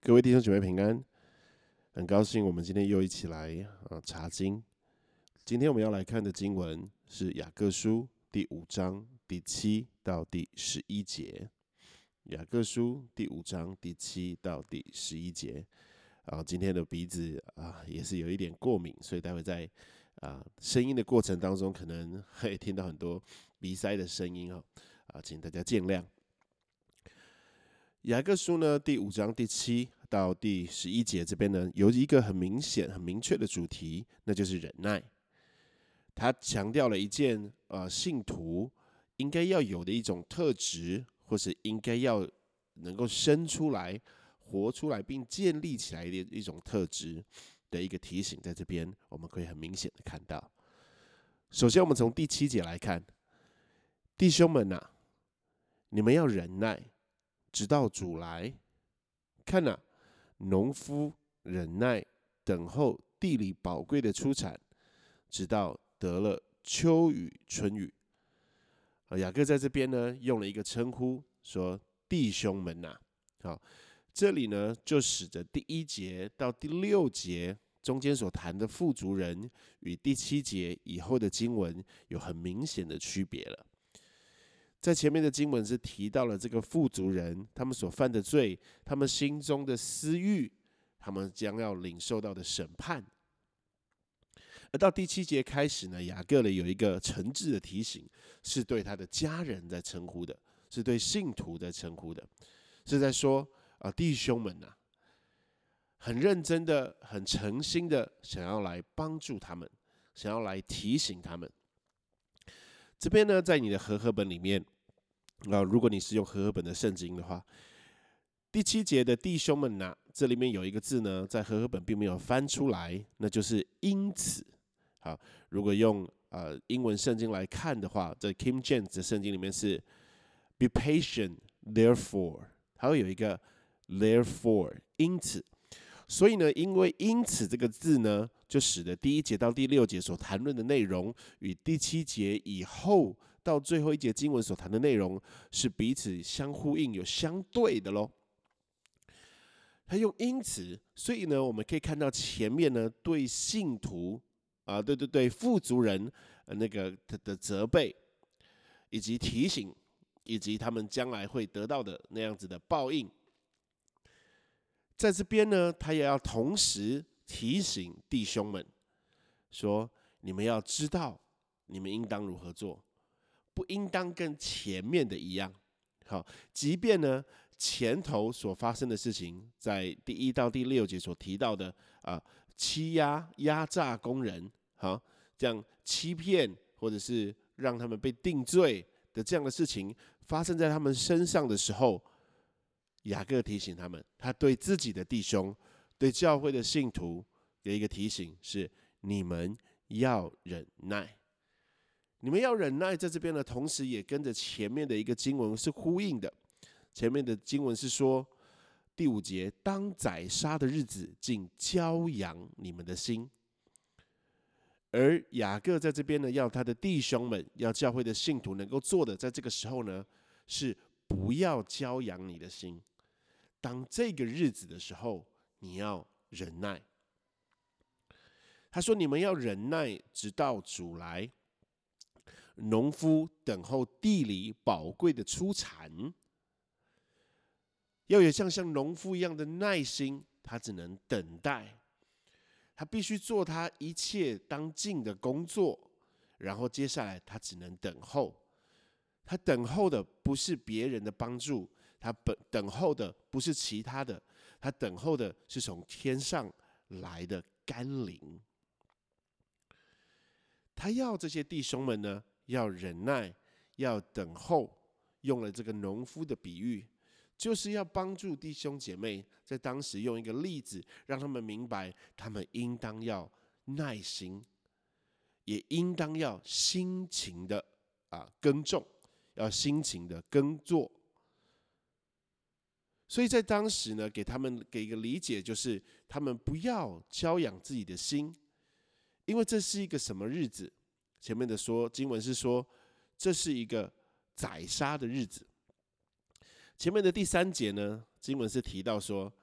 各位弟兄姐妹平安，很高兴我们今天又一起来查经。今天我们要来看的经文是雅各书第5章第7到第11节。雅各书第5章第7到第11节。今天的鼻子也是有一点过敏，所以待会在声音的过程当中，可能会听到很多鼻塞的声音请大家见谅。雅各书呢第5章第7到第11节这边呢，有一个很明显、很明确的主题，那就是忍耐。他强调了一件信徒应该要有的一种特质，或是应该要能够生出来、活出来并建立起来的一种特质的一个提醒，在这边我们可以很明显的看到。首先，我们从第7节来看，弟兄们啊，你们要忍耐，直到主来。看农夫忍耐等候地里宝贵的出产，直到得了秋雨春雨。雅各在这边呢用了一个称呼，说弟兄们这里呢就使得第1节到第6节中间所谈的富足人与第7节以后的经文有很明显的区别了。在前面的经文是提到了这个富足人，他们所犯的罪，他们心中的私欲，他们将要领受到的审判。而到第7节开始呢，雅各有一个诚挚的提醒，是对他的家人在称呼的，是对信徒在称呼的，是在说弟兄们很认真的、很诚心的想要来帮助他们，想要来提醒他们。这边呢，在你的和合本里面如果你是用和合本的圣经的话，第7节的弟兄们这里面有一个字呢，在和合本并没有翻出来，那就是因此。好，如果用英文圣经来看的话，在 King James 的圣经里面是 Be patient, therefore， 它会有一个 therefore， 因此。所以呢，因为因此这个字呢，就使得第1节到第6节所谈论的内容，与第7节以后到最后一节经文所谈的内容是彼此相呼应、有相对的咯。他用因此，所以呢，我们可以看到前面呢对信徒对富足人那个的责备，以及提醒，以及他们将来会得到的那样子的报应。在这边呢，他也要同时提醒弟兄们说：你们要知道，你们应当如何做，不应当跟前面的一样。好，即便呢前头所发生的事情，在第1到第6节所提到的欺压、压榨工人，这样欺骗或者是让他们被定罪的这样的事情发生在他们身上的时候，雅各提醒他们，他对自己的弟兄、对教会的信徒的一个提醒是：你们要忍耐。你们要忍耐，在这边呢，同时也跟着前面的一个经文是呼应的。前面的经文是说，第5节，当宰杀的日子，竟教养你们的心。而雅各在这边呢，要他的弟兄们，要教会的信徒能够做的，在这个时候呢，是不要教养你的心。当这个日子的时候，你要忍耐。他说：你们要忍耐，直到主来。农夫等候地里宝贵的出产，要有像农夫一样的耐心，他只能等待，他必须做他一切当尽的工作，然后接下来他只能等候。他等候的不是别人的帮助，他等候的不是其他的，他等候的是从天上来的甘霖。他要这些弟兄们呢，要忍耐，要等候，用了这个农夫的比喻，就是要帮助弟兄姐妹在当时用一个例子，让他们明白，他们应当要耐心，也应当要辛勤的耕种，要辛勤的耕作。所以在当时呢，给他们一个理解，就是他们不要教养自己的心，因为这是一个什么日子？前面的经文是说，这是一个宰杀的日子。前面的第3节呢，经文是提到说，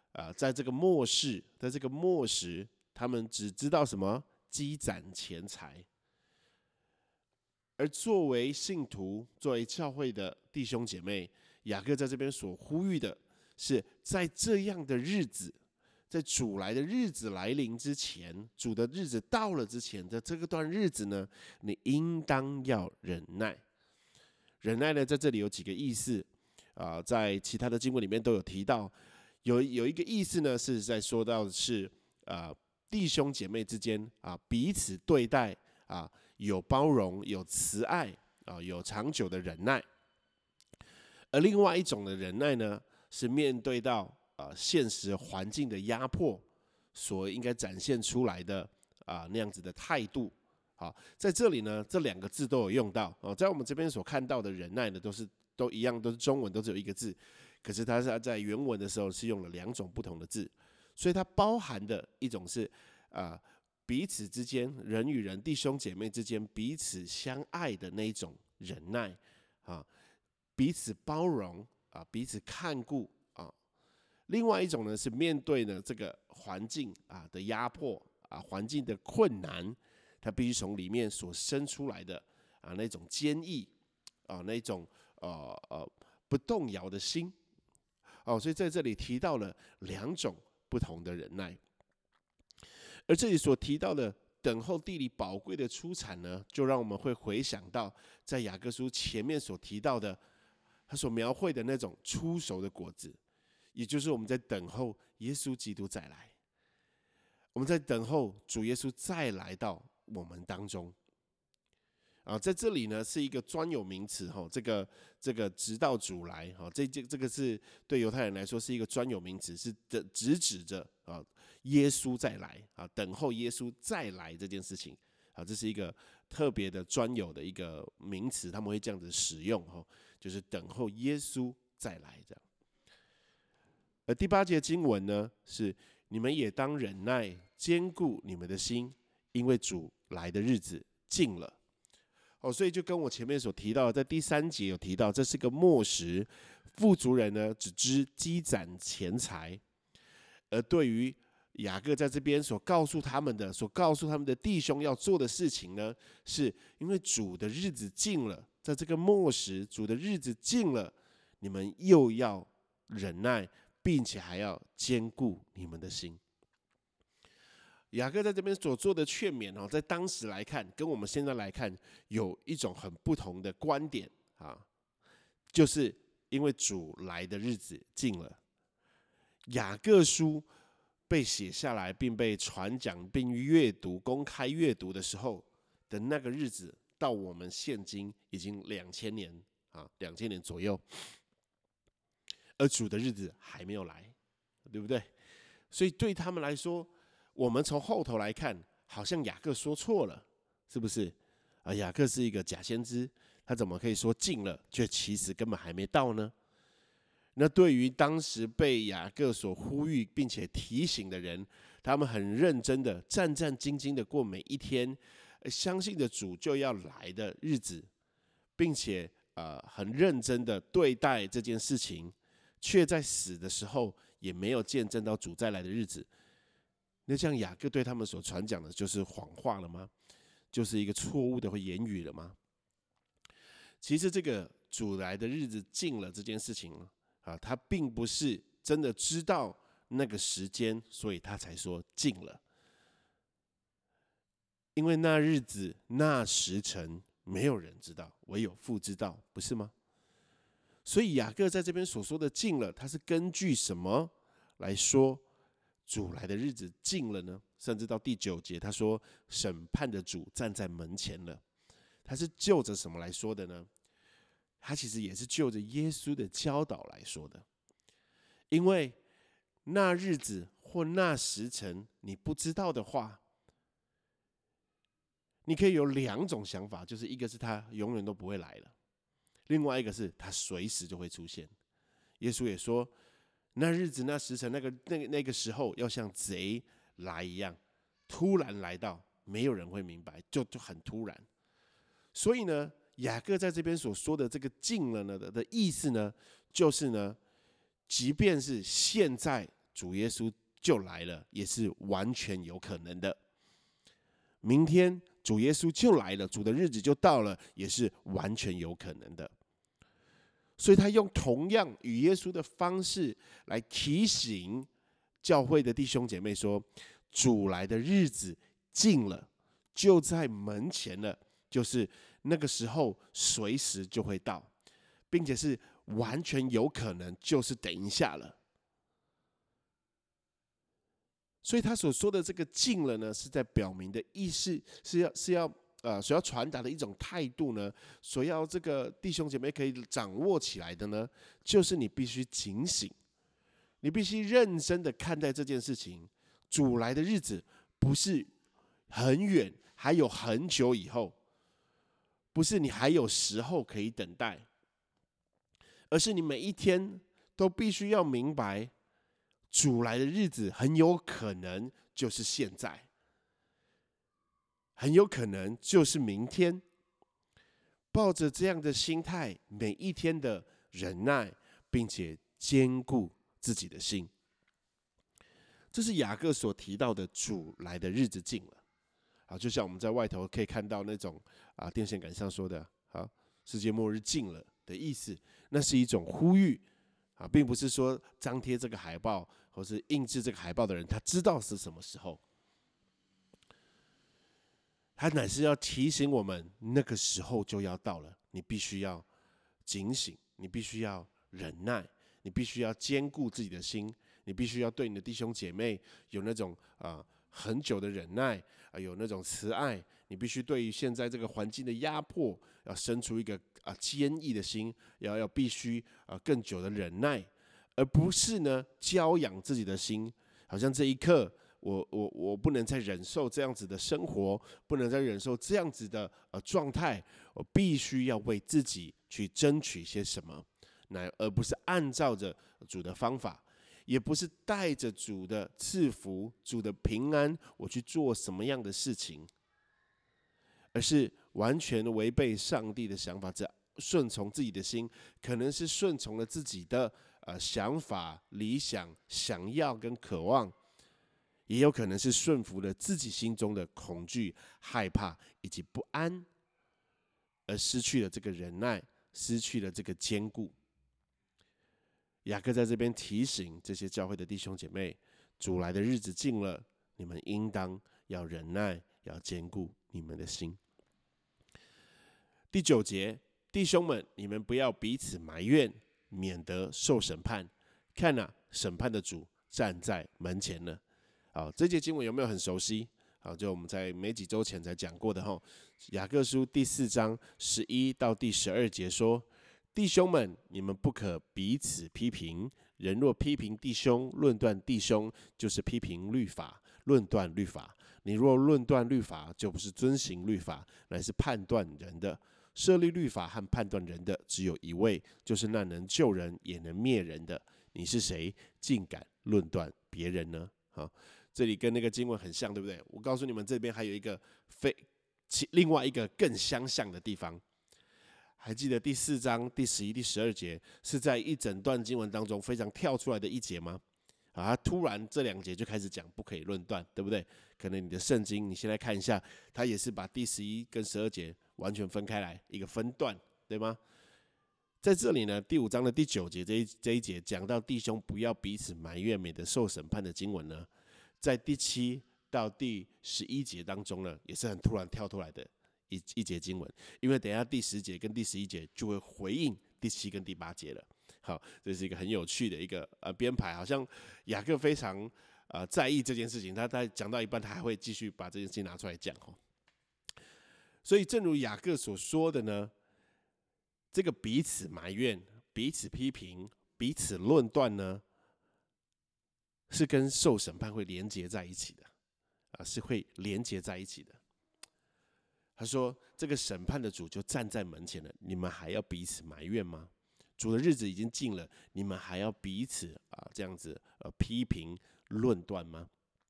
在这个末世，在这个末时，他们只知道什么积攒钱财。而作为信徒，作为教会的弟兄姐妹，雅各在这边所呼吁的是，在这样的日子，在主来的日子来临之前，主的日子到了之前的这个段日子呢，你应当要忍耐。忍耐呢，在这里有几个意思在其他的经文里面都有提到。有一个意思呢，是在说到的是弟兄姐妹之间彼此对待有包容、有慈爱有长久的忍耐。而另外一种的忍耐呢，是面对到现实环境的压迫所应该展现出来的那样子的态度。好，在这里呢，这两个字都有用到在我们这边所看到的忍耐呢，都一样，都是中文，都只有一个字，可是它是在原文的时候是用了2种不同的字，所以它包含的一种是彼此之间，人与人、弟兄姐妹之间彼此相爱的那一种忍耐彼此包容彼此看顾另外一种呢，是面对呢这个环境的压迫环境的困难，他必须从里面所生出来的那种坚毅那种不动摇的心所以在这里提到了2种不同的忍耐。而这里所提到的等候地里宝贵的出产呢，就让我们会回想到在雅各书前面所提到的，他所描绘的那种出熟的果子，也就是我们在等候耶稣基督再来，我们在等候主耶稣再来到我们当中在这里呢是一个专有名词这个直到主来这个是对犹太人来说是一个专有名词，是直指着耶稣再来等候耶稣再来这件事情这是一个特别的专有的一个名词，他们会这样子使用就是等候耶稣再来这样。而第8节经文呢是你们也当忍耐，坚固你们的心，因为主来的日子近了所以就跟我前面所提到的，在第3节有提到，这是个末时，富足人呢只知积攒钱财，而对于雅各在这边所告诉他们的弟兄要做的事情呢，是因为主的日子近了，在这个末时，主的日子近了，你们又要忍耐，并且还要坚固你们的心。雅各在这边所做的劝勉在当时来看，跟我们现在来看有一种很不同的观点就是因为主来的日子近了。雅各书被写下来并被传讲并阅读公开阅读的时候的那个日子，到我们现今已经2000年2000年左右，而主的日子还没有来，对不对？所以对他们来说，我们从后头来看，好像雅各说错了，是不是雅各是一个假先知，他怎么可以说近了，却其实根本还没到呢？那对于当时被雅各所呼吁并且提醒的人，他们很认真的、战战兢兢的过每一天，相信着主就要来的日子，并且很认真的对待这件事情，却在死的时候也没有见证到主再来的日子。那这样雅各对他们所传讲的就是谎话了吗？就是一个错误的言语了吗？其实这个主来的日子近了这件事情他并不是真的知道那个时间，所以他才说近了。因为那日子那时辰没有人知道，唯有父知道，不是吗？所以雅各在这边所说的近了，他是根据什么来说主来的日子近了呢？甚至到第9节他说审判的主站在门前了，他是就着什么来说的呢？他其实也是就着耶稣的教导来说的。因为那日子或那时辰你不知道的话，你可以有2种想法，就是一个是他永远都不会来了，另外一个是他随时就会出现。耶稣也说那日子那时辰那个时候要像贼来一样，突然来到，没有人会明白，就很突然。所以呢，雅各在这边所说的这个近了呢的意思呢，就是呢，即便是现在主耶稣就来了，也是完全有可能的。明天主耶稣就来了，主的日子就到了，也是完全有可能的。所以他用同样与耶稣的方式来提醒教会的弟兄姐妹说，主来的日子近了，就在门前了，就是那个时候随时就会到，并且是完全有可能就是等一下了。所以他所说的这个近了呢，是在表明的意思所要传达的一种态度呢，所要这个弟兄姐妹可以掌握起来的呢，就是你必须警醒，你必须认真的看待这件事情。主来的日子不是很远，还有很久以后，不是你还有时候可以等待，而是你每一天都必须要明白，主来的日子很有可能就是现在，很有可能就是明天。抱着这样的心态，每一天的忍耐，并且坚固自己的心。这是雅各所提到的主来的日子近了。就像我们在外头可以看到那种电线杆上说的世界末日近了的意思，那是一种呼吁并不是说张贴这个海报或是印制这个海报的人他知道是什么时候，他乃是要提醒我们那个时候就要到了，你必须要警醒，你必须要忍耐，你必须要坚固自己的心，你必须要对你的弟兄姐妹有那种很久的忍耐，有那种慈爱，你必须对于现在这个环境的压迫要生出一个坚毅的心，要必须更久的忍耐，而不是呢娇养自己的心，好像这一刻我不能再忍受这样子的生活，不能再忍受这样子的状态，我必须要为自己去争取些什么，而不是按照着主的方法，也不是带着主的赐福、主的平安，我去做什么样的事情，而是完全违背上帝的想法，顺从自己的心，可能是顺从了自己的想法、理想、想要跟渴望，也有可能是顺服了自己心中的恐惧、害怕以及不安，而失去了这个忍耐，失去了这个坚固。雅各在这边提醒这些教会的弟兄姐妹，主来的日子近了，你们应当要忍耐，要坚固你们的心。第9节，弟兄们，你们不要彼此埋怨，免得受审判。看审判的主站在门前了。这节经文有没有很熟悉？就我们在没几周前才讲过的雅各书第4章11到第12节说，弟兄们，你们不可彼此批评，人若批评弟兄，论断弟兄，就是批评律法，论断律法。你若论断律法，就不是遵行律法，乃是判断人的。设立律法和判断人的只有一位，就是那能救人也能灭人的。你是谁，竟敢论断别人呢？这里跟那个经文很像，对不对？我告诉你们，这边还有一个另外一个更相像的地方。还记得第4章第11、第12节是在一整段经文当中非常跳出来的一节吗？他突然这2节就开始讲不可以论断，对不对？可能你的圣经你先来看一下，他也是把第11跟12节完全分开来一个分段，对吗？在这里呢，第5章的第9节这一节讲到弟兄不要彼此埋怨，免得受审判的经文呢，在第7到第11节当中呢，也是很突然跳出来的一节经文，因为等一下第10节跟第11节就会回应第7跟第8节了。好，这是一个很有趣的一个编排，好像雅各非常在意这件事情，他讲到一半，他还会继续把这件事情拿出来讲。所以正如雅各所说的呢，这个彼此埋怨、彼此批评、彼此论断呢，是跟受审判会连结在一起的，是会连结在一起的。他说：“这个审判的主就站在门前了，你们还要彼此埋怨吗？主的日子已经近了，你们还要彼此这样子批评论断吗？”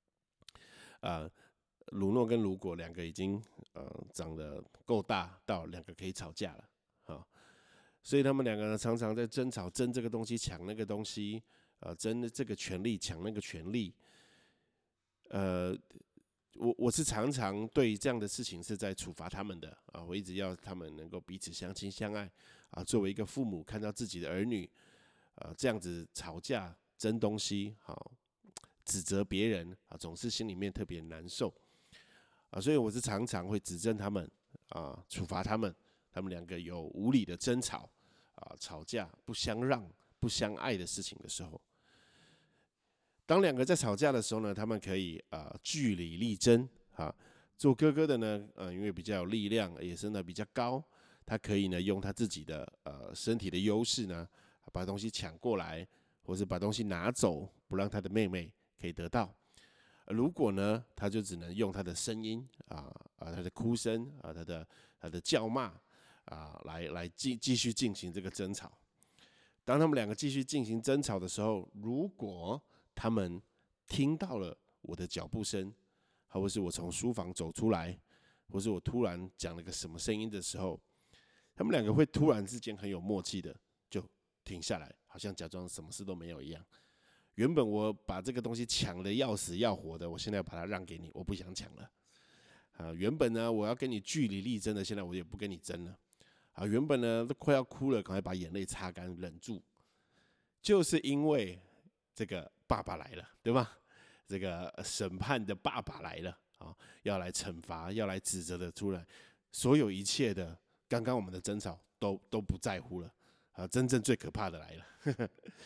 鲁诺跟鲁果2个已经长得够大，到2个可以吵架了，所以他们2个呢常常在争吵，争这个东西，抢那个东西， 争这个权利，抢那个权利。我是常常对这样的事情是在处罚他们的啊，我一直要他们能够彼此相亲相爱啊。作为一个父母，看到自己的儿女这样子吵架、争东西，好指责别人啊，总是心里面特别难受啊，所以我是常常会指正他们啊，处罚他们两个有无理的争吵啊、吵架不相让、不相爱的事情的时候。当两个在吵架的时候呢，他们可以据理力争啊。做哥哥的呢，因为比较有力量，也身材比较高，他可以呢用他自己的身体的优势呢，把东西抢过来，或是把东西拿走，不让他的妹妹可以得到。如果呢，他就只能用他的声音他的哭声他的叫骂来继续进行这个争吵。当他们两个继续进行争吵的时候，如果他们听到了我的脚步声，或是我从书房走出来，或是我突然讲了个什么声音的时候，他们两个会突然之间很有默契的就停下来，好像假装什么事都没有一样。原本我把这个东西抢得要死要活的，我现在把它让给你，我不想抢了。原本呢我要跟你据理力争的，现在我也不跟你争了。原本呢都快要哭了，赶快把眼泪擦干，忍住。就是因为这个爸爸来了，对吧？这个审判的爸爸来了要来惩罚，要来指责的出来，所有一切的刚刚我们的争吵都不在乎了真正最可怕的来了。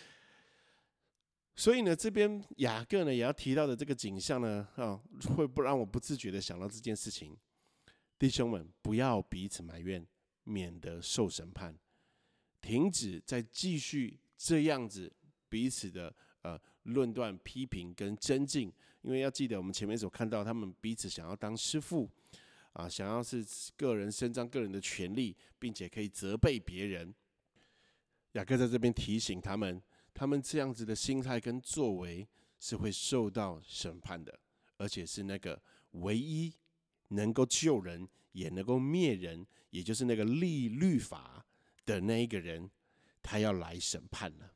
所以呢，这边雅各呢也要提到的这个景象呢会不让我不自觉的想到这件事情。弟兄们，不要彼此埋怨，免得受审判。停止再继续这样子彼此的论断、批评跟增进，因为要记得我们前面所看到，他们彼此想要当师傅想要是个人伸张个人的权利，并且可以责备别人。雅各在这边提醒他们这样子的心态跟作为是会受到审判的，而且是那个唯一能够救人也能够灭人，也就是那个立律法的那一个人，他要来审判了。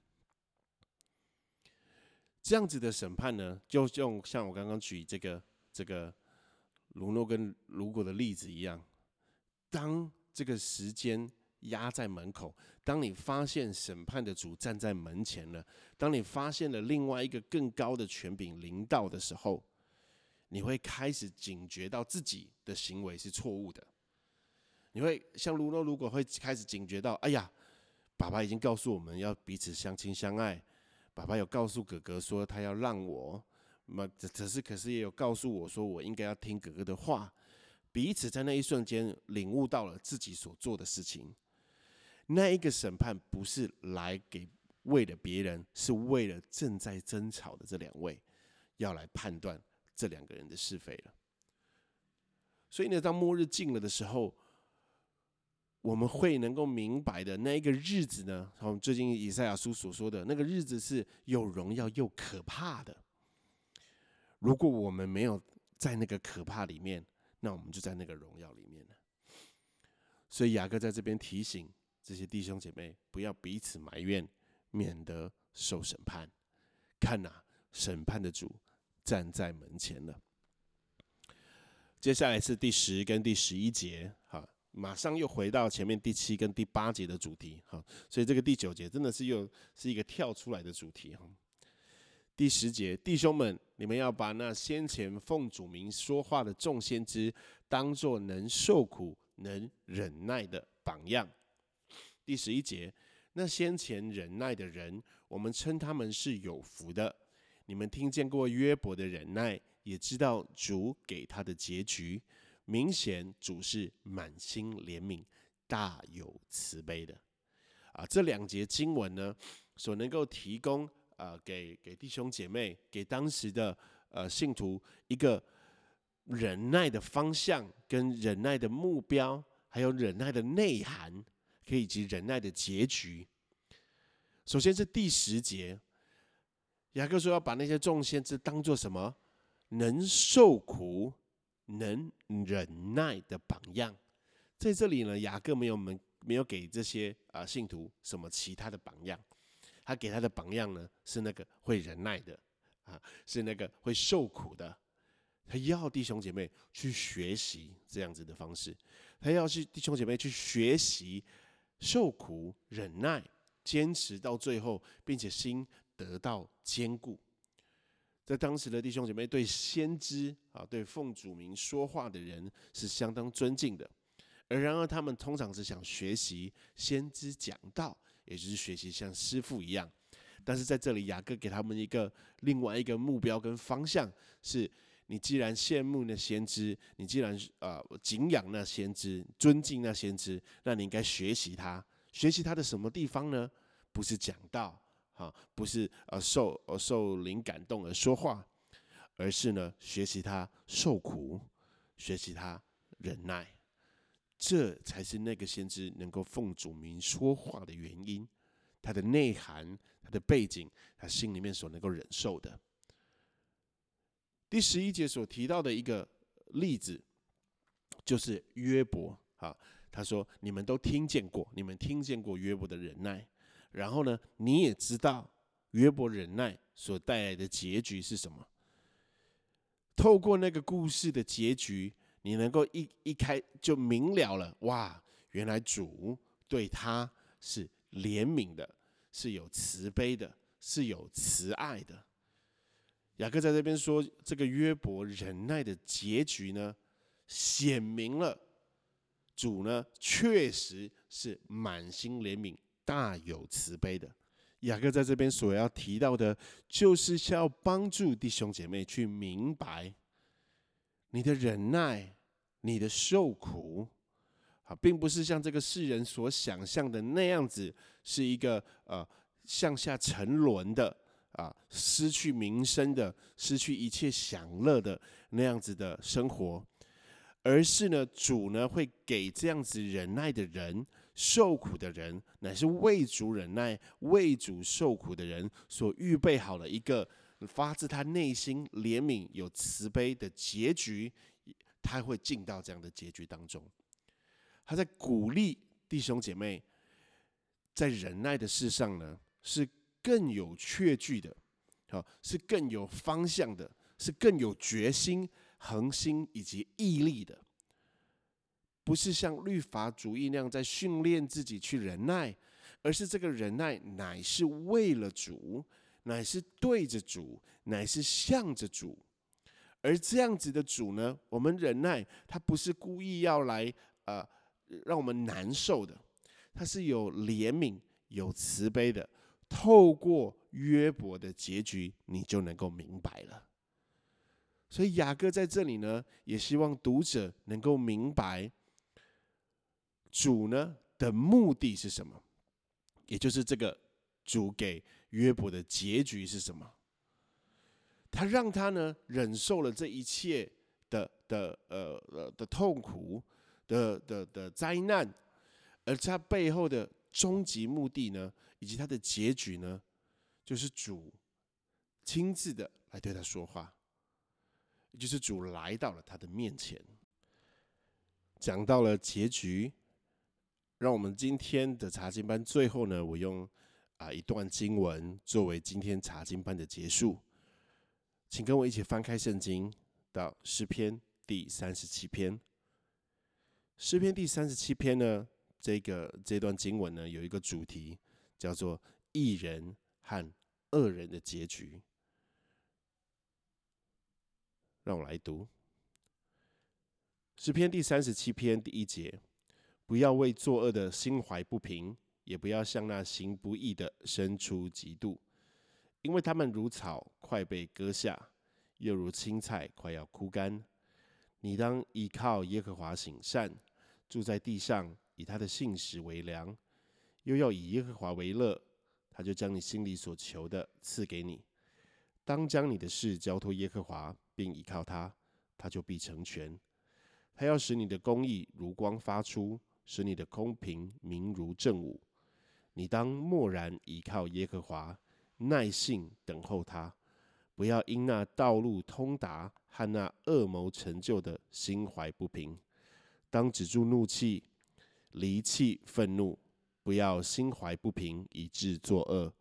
这样子的审判呢，就像我刚刚举这个卢诺跟卢果的例子一样，当这个时间压在门口，当你发现审判的主站在门前了，当你发现了另外一个更高的权柄临到的时候，你会开始警觉到自己的行为是错误的。你会像卢诺，如果会开始警觉到，哎呀，爸爸已经告诉我们要彼此相亲相爱，爸爸有告诉哥哥说他要让我，可是也有告诉我说我应该要听哥哥的话。彼此在那一瞬间领悟到了自己所做的事情。那一个审判不是来为了别人，是为了正在争吵的这两位，要来判断这两个人的是非了。所以呢，当末日近了的时候，我们会能够明白的那一个日子呢，最近以赛亚书所说的那个日子是又荣耀又可怕的。如果我们没有在那个可怕里面，那我们就在那个荣耀里面了。所以雅各在这边提醒这些弟兄姐妹，不要彼此埋怨，免得受审判。看审判的主站在门前了。接下来是第10跟第11节，马上又回到前面第7跟第8节的主题，所以这个第9节真的是又是一个跳出来的主题。第10节，弟兄们，你们要把那先前奉主名说话的众先知，当作能受苦、能忍耐的榜样。第11节，那先前忍耐的人，我们称他们是有福的。你们听见过约伯的忍耐，也知道主给他的结局。明显主是满心怜悯、大有慈悲的。这2节经文呢，所能够提供给弟兄姐妹，给当时的信徒一个忍耐的方向、跟忍耐的目标，还有忍耐的内涵，以及忍耐的结局。首先是第10节，雅各说要把那些众先知当作什么？能受苦、能忍耐的榜样。在这里呢，雅各没有给这些信徒什么其他的榜样。 他给他的榜样呢是那个会忍耐的是那个会受苦的。他要弟兄姐妹去学习这样子的方式，他要去弟兄姐妹去学习受苦、忍耐、坚持到最后，并且心得到坚固。在当时的弟兄姐妹对先知对奉主名说话的人是相当尊敬的，而然而他们通常是想学习先知讲道，也就是学习像师父一样。但是在这里，雅各给他们另外一个目标跟方向是：你既然羡慕那先知，你既然敬仰那先知，尊敬那先知，那你应该学习他。学习他的什么地方呢？不是讲道不是受灵感动而说话，而是呢学习他受苦，学习他忍耐。这才是那个先知能够奉主名说话的原因，他的内涵，他的背景，他心里面所能够忍受的。第11节所提到的一个例子，就是约伯他说：“你们都听见过，你们听见过约伯的忍耐，然后呢，你也知道约伯忍耐所带来的结局是什么。透过那个故事的结局，你能够一开就明了了，哇，原来主对他是怜悯的，是有慈悲的，是有慈爱的。”雅各在这边说，这个约伯忍耐的结局呢，显明了主呢确实是满心怜悯、大有慈悲的。雅各在这边所要提到的，就是要帮助弟兄姐妹去明白，你的忍耐、你的受苦并不是像这个世人所想象的那样子，是一个向下沉沦的失去名声的、失去一切享乐的那样子的生活，而是呢，主呢会给这样子忍耐的人、受苦的人，乃是为主忍耐、为主受苦的人所预备好了一个发自他内心怜悯、有慈悲的结局，他会进到这样的结局当中。他在鼓励弟兄姐妹，在忍耐的事上呢，是更有确据的，是更有方向的，是更有决心、恒心以及毅力的，不是像律法主义那样在训练自己去忍耐，而是这个忍耐乃是为了主，乃是对着主，乃是向着主。而这样子的主呢，我们忍耐，他不是故意要来让我们难受的，他是有怜悯、有慈悲的。透过约伯的结局，你就能够明白了。所以雅各在这里呢，也希望读者能够明白主呢的目的是什么，也就是这个主给约伯的结局是什么。他让他呢忍受了这一切的痛苦的灾难，而他背后的终极目的呢，以及他的结局呢，就是主亲自的来对他说话，也就是主来到了他的面前。讲到了结局，让我们今天的查经班最后呢，我用一段经文作为今天查经班的结束。请跟我一起翻开圣经到诗篇第37篇。诗篇第37篇呢，这段经文呢，有一个主题叫做义人和恶人的结局。让我来读诗篇第37篇第1节：不要为作恶的心怀不平，也不要向那行不义的生出嫉妒，因为他们如草快被割下，又如青菜快要枯干。你当依靠耶和华行善，住在地上，以他的信实为粮，又要以耶和华为乐，他就将你心里所求的赐给你。当将你的事交托耶和华，并依靠他，他就必成全。他要使你的公义如光发出，使你的公平明如正午。你当默然依靠耶和华，耐性等候他，不要因那道路通达和那恶谋成就的心怀不平。当止住怒气，离弃愤怒，不要心怀不平以致作恶，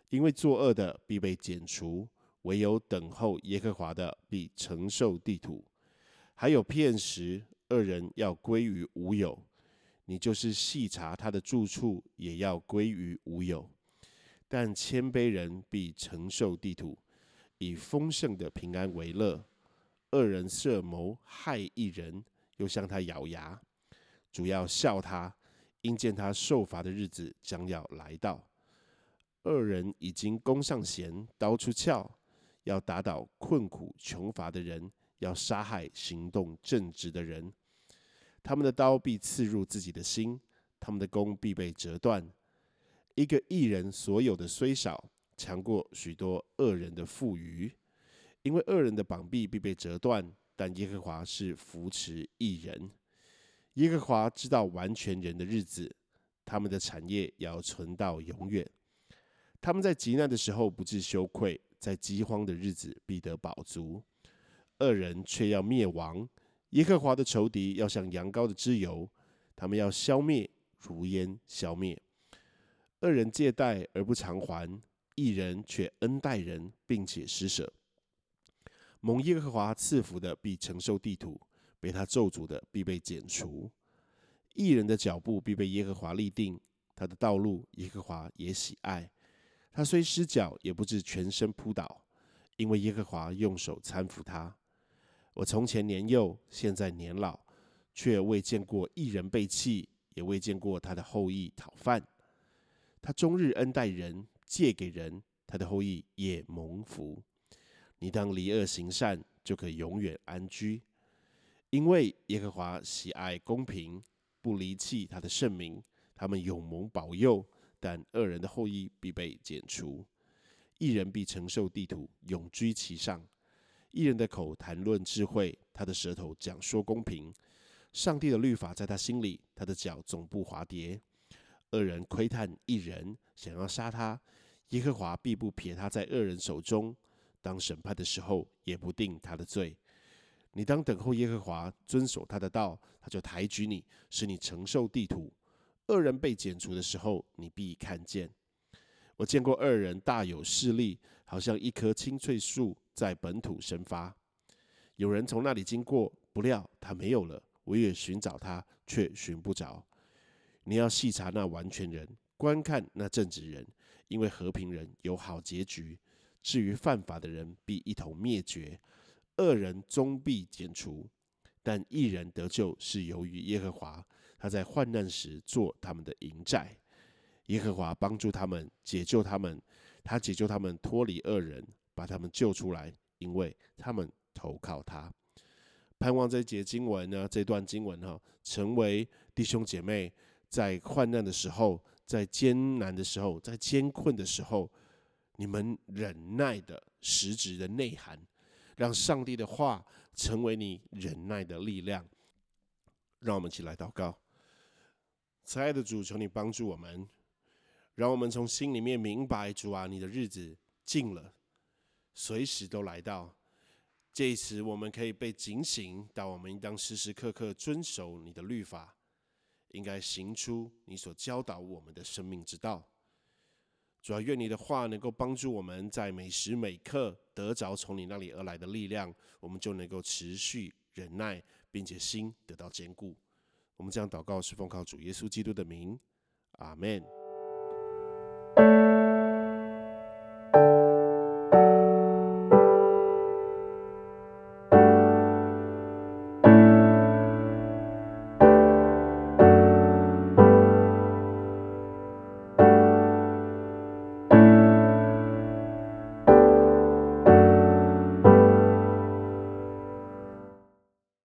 因为作恶的必被剪除，唯有等候耶和华的必承受地土。还有片时，恶人要归于无有，你就是细查他的住处，也要归于无有。但谦卑人必承受地土，以丰盛的平安为乐。恶人设谋害一人，又向他咬牙，主要笑他，因见他受罚的日子将要来到。恶人已经弓上弦，刀出鞘，要打倒困苦穷乏的人，要杀害行动正直的人。他们的刀必刺入自己的心，他们的弓必被折断。一个义人所有的虽少，强过许多恶人的富余。因为恶人的膀臂必被折断，但耶和华是扶持义人。耶和华知道完全人的日子，他们的产业要存到永远。他们在急难的时候不致羞愧，在饥荒的日子必得饱足。恶人却要灭亡，耶和华的仇敌要像羊羔的脂油，他们要消灭，如烟消灭。恶人借贷而不偿还，义人却恩待人，并且施舍。蒙耶和华赐福的必承受地土，被他咒诅的必被剪除。义人的脚步必被耶和华立定，他的道路耶和华也喜爱。他虽失脚，也不致全身扑倒，因为耶和华用手搀扶他。我从前年幼，现在年老，却未见过义人被弃，也未见过他的后裔讨饭。他终日恩待人，借给人，他的后裔也蒙福。你当离恶行善，就可永远安居，因为耶和华喜爱公平，不离弃他的圣名。他们永蒙保佑，但恶人的后裔必被剪除。义人必承受地土，永居其上。义人的口谈论智慧，他的舌头讲说公平。上帝的律法在他心里，他的脚总不滑跌。恶人窥探义人，想要杀他，耶和华必不撇他在恶人手中。当审判的时候，也不定他的罪。你当等候耶和华，遵守他的道，他就抬举你，使你承受地土。恶人被剪除的时候，你必看见。我见过恶人大有势力，好像一棵青翠树在本土生发。有人从那里经过，不料他没有了，我也寻找他，却寻不着。你要细查那完全人，观看那正直人，因为和平人有好结局。至于犯法的人，必一同灭绝；恶人终必剪除。但义人得救是由于耶和华，他在患难时做他们的营寨。耶和华帮助他们，解救他们，他解救他们脱离恶人，把他们救出来，因为他们投靠他。盼望这节经文呢，这段经文成为弟兄姐妹在患难的时候，在艰难的时候，在艰困的时候，你们忍耐的实质的内涵，让上帝的话成为你忍耐的力量。让我们一起来祷告。慈爱的主，求你帮助我们，让我们从心里面明白，主啊，你的日子近了，随时都来到。这一次我们可以被警醒到，我们应当时时刻刻遵守你的律法，应该行出你所教导我们的生命之道。主啊，愿你的话能够帮助我们在每时每刻得着从你那里而来的力量，我们就能够持续忍耐，并且心得到坚固。我们这样祷告是奉靠主耶稣基督的名，阿们。